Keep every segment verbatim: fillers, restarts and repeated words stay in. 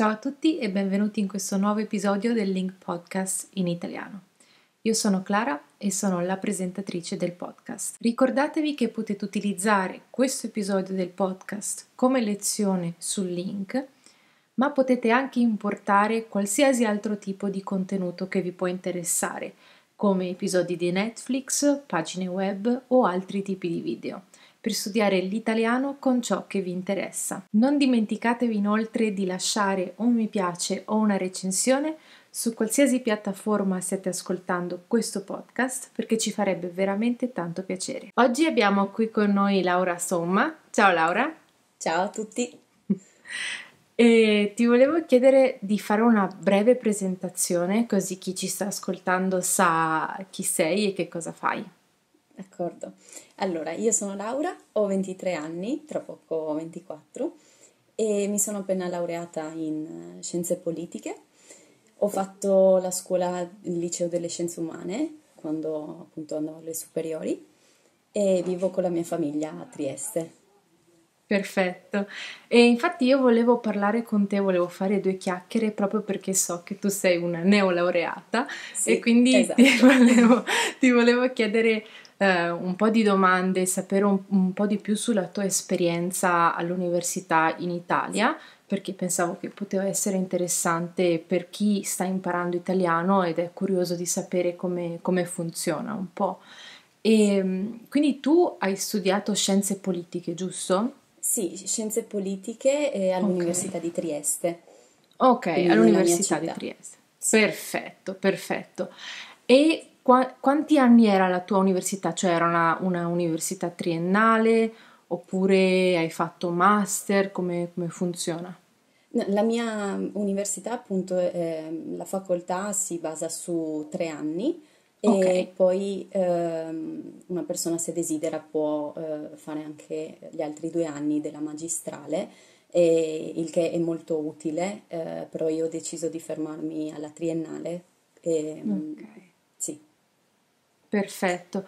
Ciao a tutti e benvenuti in questo nuovo episodio del Link Podcast in italiano. Io sono Clara e sono la presentatrice del podcast. Ricordatevi che potete utilizzare questo episodio del podcast come lezione sul Link, ma potete anche importare qualsiasi altro tipo di contenuto che vi può interessare, come episodi di Netflix, pagine web o altri tipi di video, per studiare l'italiano con ciò che vi interessa. Non dimenticatevi inoltre di lasciare un mi piace o una recensione su qualsiasi piattaforma stiate ascoltando questo podcast, perché ci farebbe veramente tanto piacere. Oggi abbiamo qui con noi Laura Somma. Ciao Laura. Ciao a tutti. E ti volevo chiedere di fare una breve presentazione, così chi ci sta ascoltando sa chi sei e che cosa fai. D'accordo. Allora, io sono Laura, ho ventitré anni, tra poco ho ventiquattro e mi sono appena laureata in eh, scienze politiche. Ho fatto la scuola, il liceo delle scienze umane, quando appunto andavo alle superiori, e vivo con la mia famiglia a Trieste. Perfetto. E infatti io volevo parlare con te, volevo fare due chiacchiere proprio perché so che tu sei una neolaureata e Sì, quindi ti esatto. volevo, ti volevo chiedere eh, un po' di domande, sapere un, un po' di più sulla tua esperienza all'università in Italia, perché pensavo che poteva essere interessante per chi sta imparando italiano ed è curioso di sapere come, come funziona un po'. E mm, quindi tu hai studiato scienze politiche, giusto? Sì, scienze politiche eh, Ok, all'Università di Trieste, ok, quindi nella mia all'Università di città. Trieste. Sì. Perfetto, perfetto. E qua- quanti anni era la tua università? Cioè era una, una università triennale oppure hai fatto master? Come, come funziona? No, la mia università, appunto, ehm, la facoltà si basa su tre anni Ok, e poi ehm, una persona, se desidera, può eh, fare anche gli altri due anni della magistrale, e- il che è molto utile, eh, però io ho deciso di fermarmi alla triennale. ok, ehm, sì. perfetto.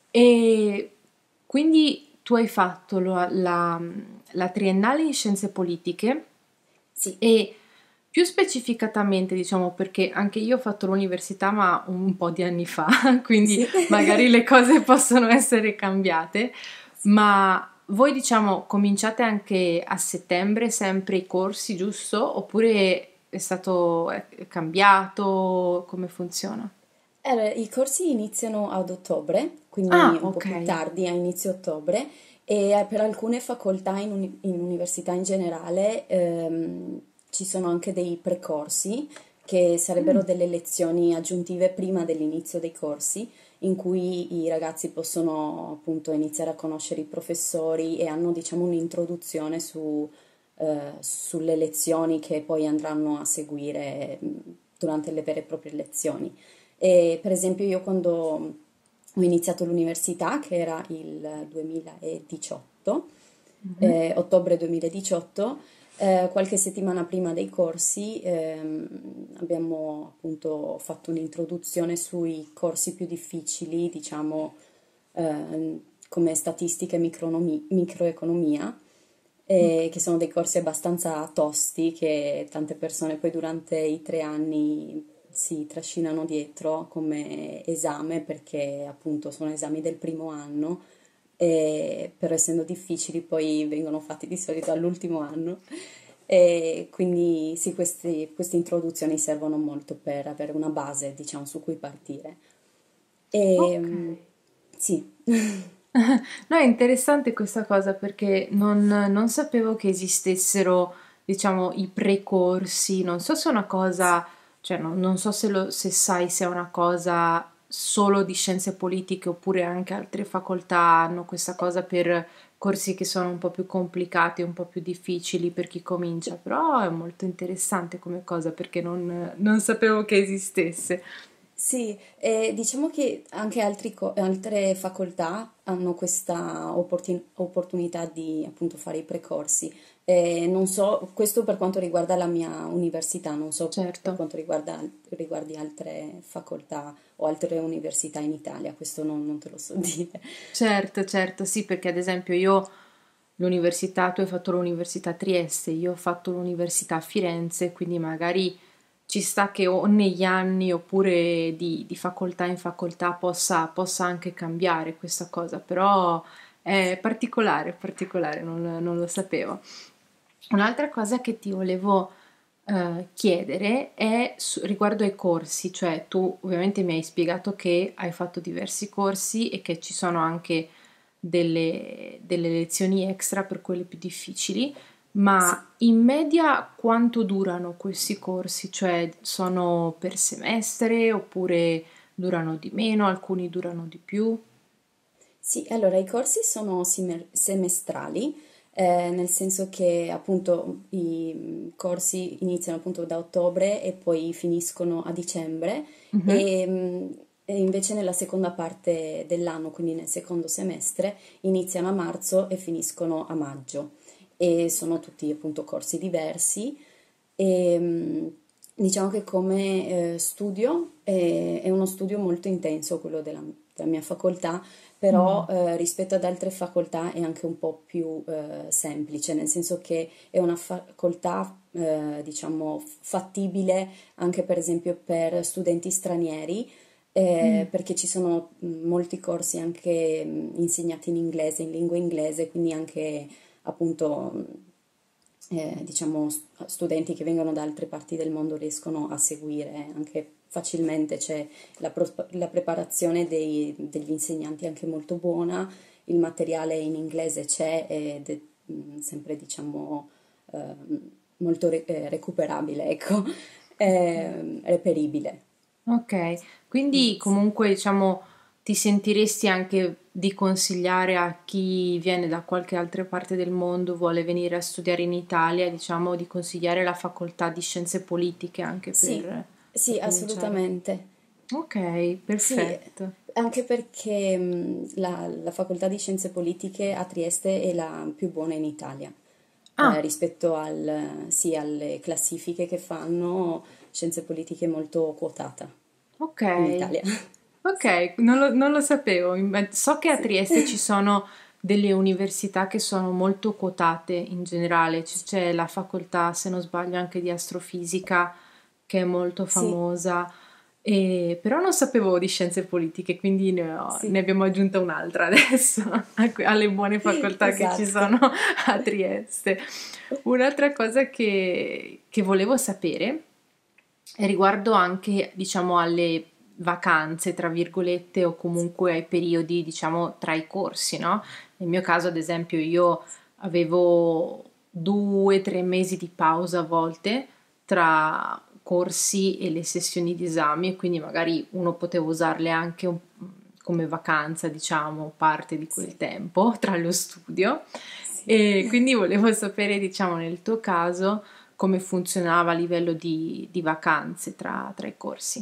E quindi tu hai fatto lo- la, la triennale in scienze politiche. Sì. E più specificatamente, diciamo, perché anche io ho fatto l'università, ma un po' di anni fa, quindi Sì. magari le cose possono essere cambiate, Sì. ma voi, diciamo, cominciate anche a settembre sempre i corsi, giusto? Oppure è stato è cambiato? Come funziona? Allora, i corsi iniziano ad ottobre, quindi Ah, un po' ok. più tardi, a inizio ottobre, e eh, per alcune facoltà in, uni- in università in generale ehm, ci sono anche dei precorsi, che sarebbero Mm, delle lezioni aggiuntive prima dell'inizio dei corsi, in cui i ragazzi possono appunto iniziare a conoscere i professori e hanno, diciamo, un'introduzione su, eh, sulle lezioni che poi andranno a seguire mh, durante le vere e proprie lezioni. E, per esempio, io quando ho iniziato l'università, che era il duemiladiciotto, mhm. eh, ottobre duemiladiciotto, eh, qualche settimana prima dei corsi ehm, abbiamo appunto fatto un'introduzione sui corsi più difficili, diciamo, ehm, come statistica e micronomi- microeconomia, Ok. eh, che sono dei corsi abbastanza tosti che tante persone poi durante i tre anni si trascinano dietro come esame, perché appunto sono esami del primo anno, e, però essendo difficili poi vengono fatti di solito all'ultimo anno. E quindi sì, questi- queste introduzioni servono molto per avere una base, diciamo, su cui partire. E Ok. mm, sì. No, è interessante questa cosa perché non, non sapevo che esistessero, diciamo, i precorsi. Non so se è una Sì. cosa, cioè non, non so se, lo- se sai se è una cosa solo di scienze politiche oppure anche altre facoltà hanno questa cosa per corsi che sono un po' più complicati, un po' più difficili per chi comincia, però è molto interessante come cosa perché non, non sapevo che esistesse. Sì, e diciamo che anche altri co- altre facoltà hanno questa opportun- opportunità di appunto fare i precorsi. Eh, non so, questo per quanto riguarda la mia università, non so Certo. per quanto riguarda, riguardi altre facoltà o altre università in Italia, questo non, non te lo so dire. Certo, certo, sì, perché ad esempio io l'università, tu hai fatto l'università a Trieste, io ho fatto l'università a Firenze, quindi magari ci sta che o negli anni oppure di, di facoltà in facoltà possa, possa anche cambiare questa cosa, però è particolare, particolare, non, non lo sapevo. Un'altra cosa che ti volevo eh, chiedere è su- riguardo ai corsi, cioè tu ovviamente mi hai spiegato che hai fatto diversi corsi e che ci sono anche delle, delle lezioni extra per quelle più difficili, Sì. ma in media quanto durano questi corsi? Cioè sono per semestre oppure durano di meno, alcuni durano di più? Sì, allora i corsi sono simer- semestrali, eh, nel senso che appunto i mm, corsi iniziano appunto da ottobre e poi finiscono a dicembre Mhm. e, mm, e invece nella seconda parte dell'anno, quindi nel secondo semestre, iniziano a marzo e finiscono a maggio e sono tutti appunto corsi diversi e mm, diciamo che come eh, studio è, è uno studio molto intenso quello della della mia facoltà, però Mm. eh, rispetto ad altre facoltà è anche un po' più eh, semplice, nel senso che è una facoltà, eh, diciamo, fattibile anche per esempio per studenti stranieri, eh, Mm. perché ci sono mh, molti corsi anche mh, insegnati in inglese, in lingua inglese, quindi anche appunto, mh, eh, diciamo, st- studenti che vengono da altre parti del mondo riescono a seguire anche facilmente, c'è la, pro- la preparazione dei- degli insegnanti è anche molto buona, il materiale in inglese c'è ed è mm, sempre, diciamo, ehm, molto re- eh, recuperabile, ecco, ehm, reperibile. Ok, Mm, quindi sì. comunque diciamo ti sentiresti anche di consigliare a chi viene da qualche altra parte del mondo, vuole venire a studiare in Italia, diciamo di consigliare la facoltà di scienze politiche anche Sì, per, sì, per cominciare. assolutamente. Ok, Sì, perfetto. anche perché mh, la, la facoltà di scienze politiche a Trieste è la più buona in Italia, eh, Ah, rispetto al, sì, alle classifiche che fanno, scienze politiche è molto quotata ok, in Italia. ok, non lo, non lo sapevo. Imma- So che a Sì, Trieste ci sono delle università che sono molto quotate in generale, C- sì, c'è la facoltà, se non sbaglio, anche di astrofisica che è molto sì, famosa, e- però non sapevo di scienze politiche, quindi ne, ho- ne sì, abbiamo aggiunta un'altra adesso a que- alle buone facoltà che ci esatto. sono a Trieste. Un'altra cosa che, che volevo sapere riguardo anche, diciamo, alle vacanze, tra virgolette, o comunque ai periodi, diciamo, tra i corsi, no? Nel mio caso, ad esempio, io avevo due, tre mesi di pausa a volte tra corsi e le sessioni di esami e quindi magari uno poteva usarle anche un- come vacanza, diciamo, parte di quel Sì, tempo tra lo studio. sì. E quindi volevo sapere, diciamo, nel tuo caso come funzionava a livello di, di vacanze tra, tra i corsi.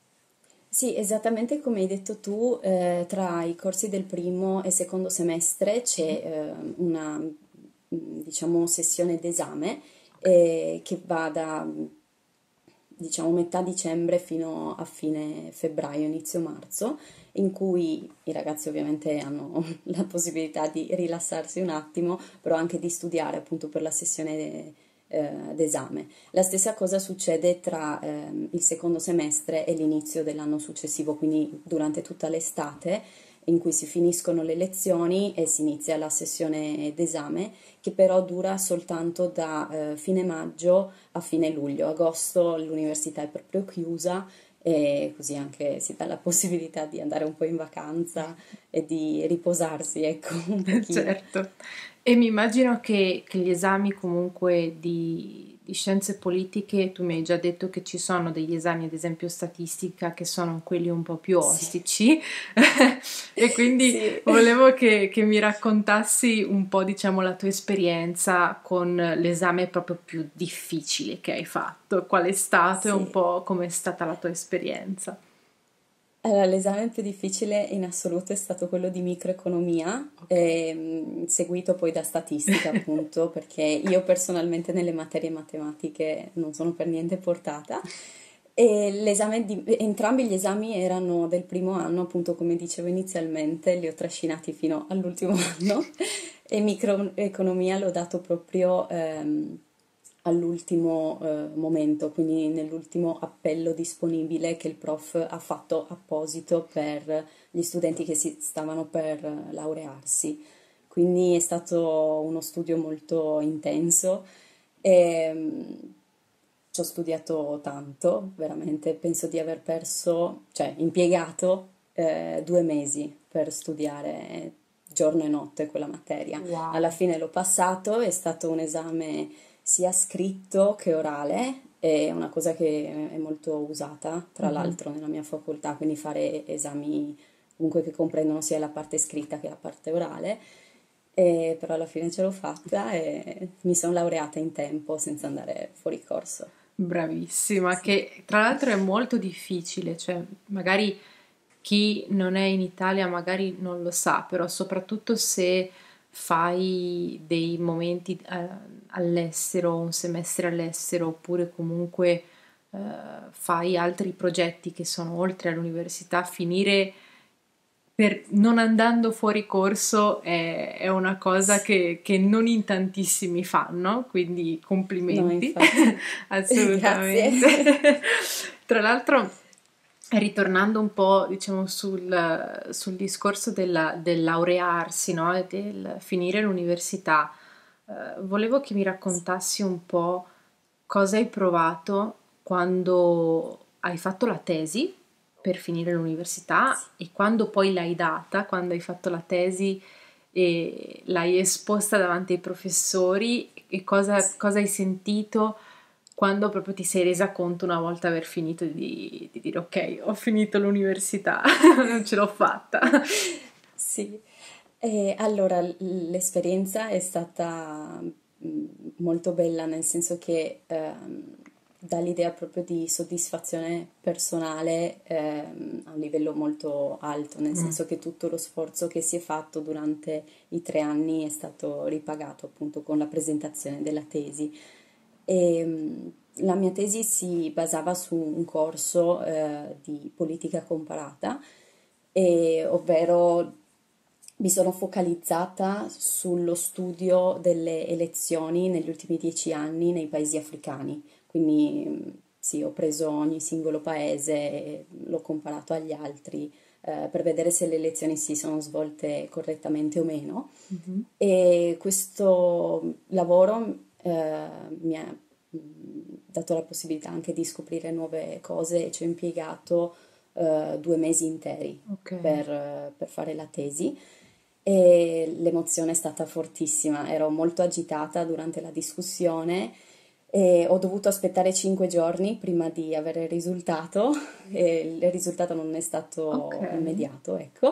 Sì, esattamente come hai detto tu, eh, tra i corsi del primo e secondo semestre c'è eh, una, mm, diciamo, sessione d'esame eh, che va da, diciamo, metà dicembre fino a fine febbraio, inizio marzo, in cui i ragazzi ovviamente hanno la possibilità di rilassarsi un attimo, però anche di studiare appunto per la sessione eh, d'esame. La stessa cosa succede tra ehm, il secondo semestre e l'inizio dell'anno successivo, quindi durante tutta l'estate in cui si finiscono le lezioni e si inizia la sessione d'esame, che però dura soltanto da eh, fine maggio a fine luglio. Agosto l'università è proprio chiusa e così anche si dà la possibilità di andare un po' in vacanza e di riposarsi, ecco, un pochino. Certo. E mi immagino che, che gli esami comunque di, di scienze politiche, tu mi hai già detto che ci sono degli esami, ad esempio statistica, che sono quelli un po' più Sì, ostici, e quindi sì. volevo che, che mi raccontassi un po', diciamo, la tua esperienza con l'esame proprio più difficile che hai fatto, qual è stato e un Sì. po' com'è stata la tua esperienza. Allora, l'esame più difficile in assoluto è stato quello di microeconomia, Ok. ehm, seguito poi da statistica, appunto, perché io personalmente nelle materie matematiche non sono per niente portata. E l'esame di, entrambi gli esami erano del primo anno, appunto, come dicevo inizialmente, li ho trascinati fino all'ultimo anno. E microeconomia l'ho dato proprio ehm, all'ultimo eh, momento, quindi nell'ultimo appello disponibile che il prof ha fatto apposito per gli studenti che si stavano per laurearsi. Quindi è stato uno studio molto intenso e mm, ci ho studiato tanto, veramente penso di aver perso, cioè impiegato eh, due mesi per studiare giorno e notte quella materia. Alla Wow. fine l'ho passato, è stato un esame sia scritto che orale, è una cosa che è molto usata, tra Mhm. l'altro, nella mia facoltà, quindi fare esami comunque che comprendono sia la parte scritta che la parte orale. E però alla fine ce l'ho fatta e mi sono laureata in tempo senza andare fuori corso. Bravissima, Sì. che tra l'altro è molto difficile, cioè magari chi non è in Italia magari non lo sa, però soprattutto se fai dei momenti eh, all'estero, un semestre all'estero, oppure comunque eh, fai altri progetti che sono oltre all'università, finire per non andando fuori corso è, è una cosa che, che non in tantissimi fanno, quindi No, complimenti, infatti, assolutamente. grazie. Tra l'altro, ritornando un po', diciamo, sul, sul discorso della- del laurearsi, no? E del finire l'università, eh, volevo che mi raccontassi un po' cosa hai provato quando hai fatto la tesi per finire l'università Sì. e quando poi l'hai data, quando hai fatto la tesi e l'hai esposta davanti ai professori e cosa, Sì. cosa hai sentito quando proprio ti sei resa conto una volta aver finito di, di dire ok, ho finito l'università, non ce l'ho fatta. Sì, e allora l- l'esperienza è stata mm, molto bella, nel senso che ehm, dà l'idea proprio di soddisfazione personale ehm, a un livello molto alto, nel Mm, senso che tutto lo sforzo che si è fatto durante i tre anni è stato ripagato appunto con la presentazione della tesi. E, mm, la mia tesi si basava su un corso eh, di politica comparata, e- ovvero mi sono focalizzata sullo studio delle elezioni negli ultimi dieci anni nei paesi africani. Quindi mm, sì, ho preso ogni singolo paese e l'ho comparato agli altri eh, per vedere se le elezioni si sono svolte correttamente o meno. mhm. E questo lavoro eh, mi ha mh, dato la possibilità anche di scoprire nuove cose e ci ho impiegato eh, due mesi interi Ok. per, eh, per fare la tesi e l'emozione è stata fortissima, ero molto agitata durante la discussione e ho dovuto aspettare cinque giorni prima di avere il risultato e il risultato non è Ok. stato immediato, ecco.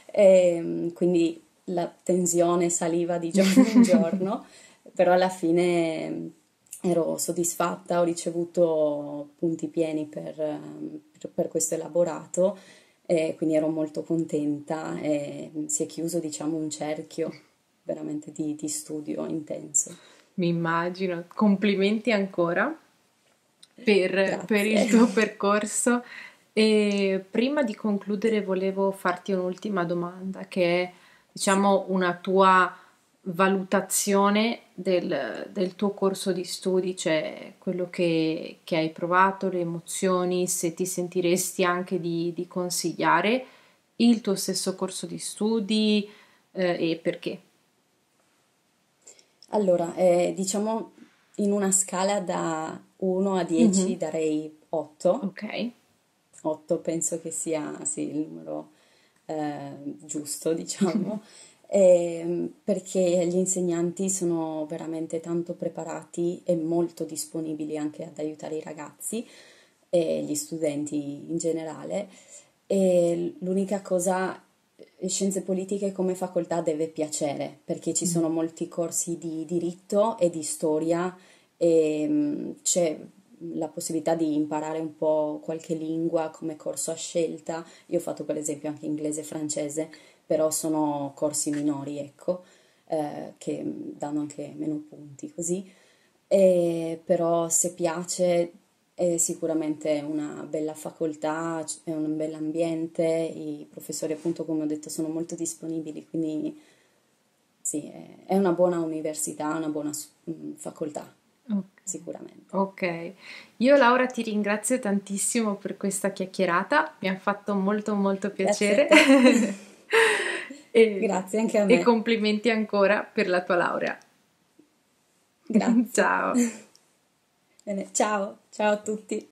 E, quindi la tensione saliva di giorno in giorno, però alla fine ero soddisfatta, ho ricevuto punti pieni per, per- per questo elaborato e quindi ero molto contenta e si è chiuso, diciamo, un cerchio veramente di, di studio intenso. Mi immagino. Complimenti ancora per, per il Grazie. tuo percorso. E prima di concludere volevo farti un'ultima domanda, che è, Sì. diciamo, una tua valutazione del, del tuo corso di studi, cioè quello che, che hai provato, le emozioni, se ti sentiresti anche di, di consigliare il tuo stesso corso di studi, eh, e perché. Allora, eh, diciamo in una scala da uno a dieci Mhm. darei otto. Ok. otto penso che sia sì, il numero eh, giusto, diciamo, ehm, perché gli insegnanti sono veramente tanto preparati e molto disponibili anche ad aiutare i ragazzi e gli studenti in generale. E l'unica cosa, eh, scienze politiche come facoltà deve piacere, perché ci Mm. sono molti corsi di diritto e di storia e mm, c'è la possibilità di imparare un po' qualche lingua come corso a scelta. Io ho fatto per esempio anche inglese e francese, però sono corsi minori, ecco, eh, che danno anche meno punti così. E però se piace è sicuramente una bella facoltà, c- è un bell'ambiente, i professori appunto come ho detto sono molto disponibili, quindi sì, è, è una buona università, una buona s- mm, facoltà, Ok. sicuramente. Ok, io Laura ti ringrazio tantissimo per questa chiacchierata, mi ha fatto molto molto Grazie a piacere te. e, Grazie anche a e me. complimenti ancora per la tua laurea. Grazie. Ciao. Bene, ciao, ciao a tutti.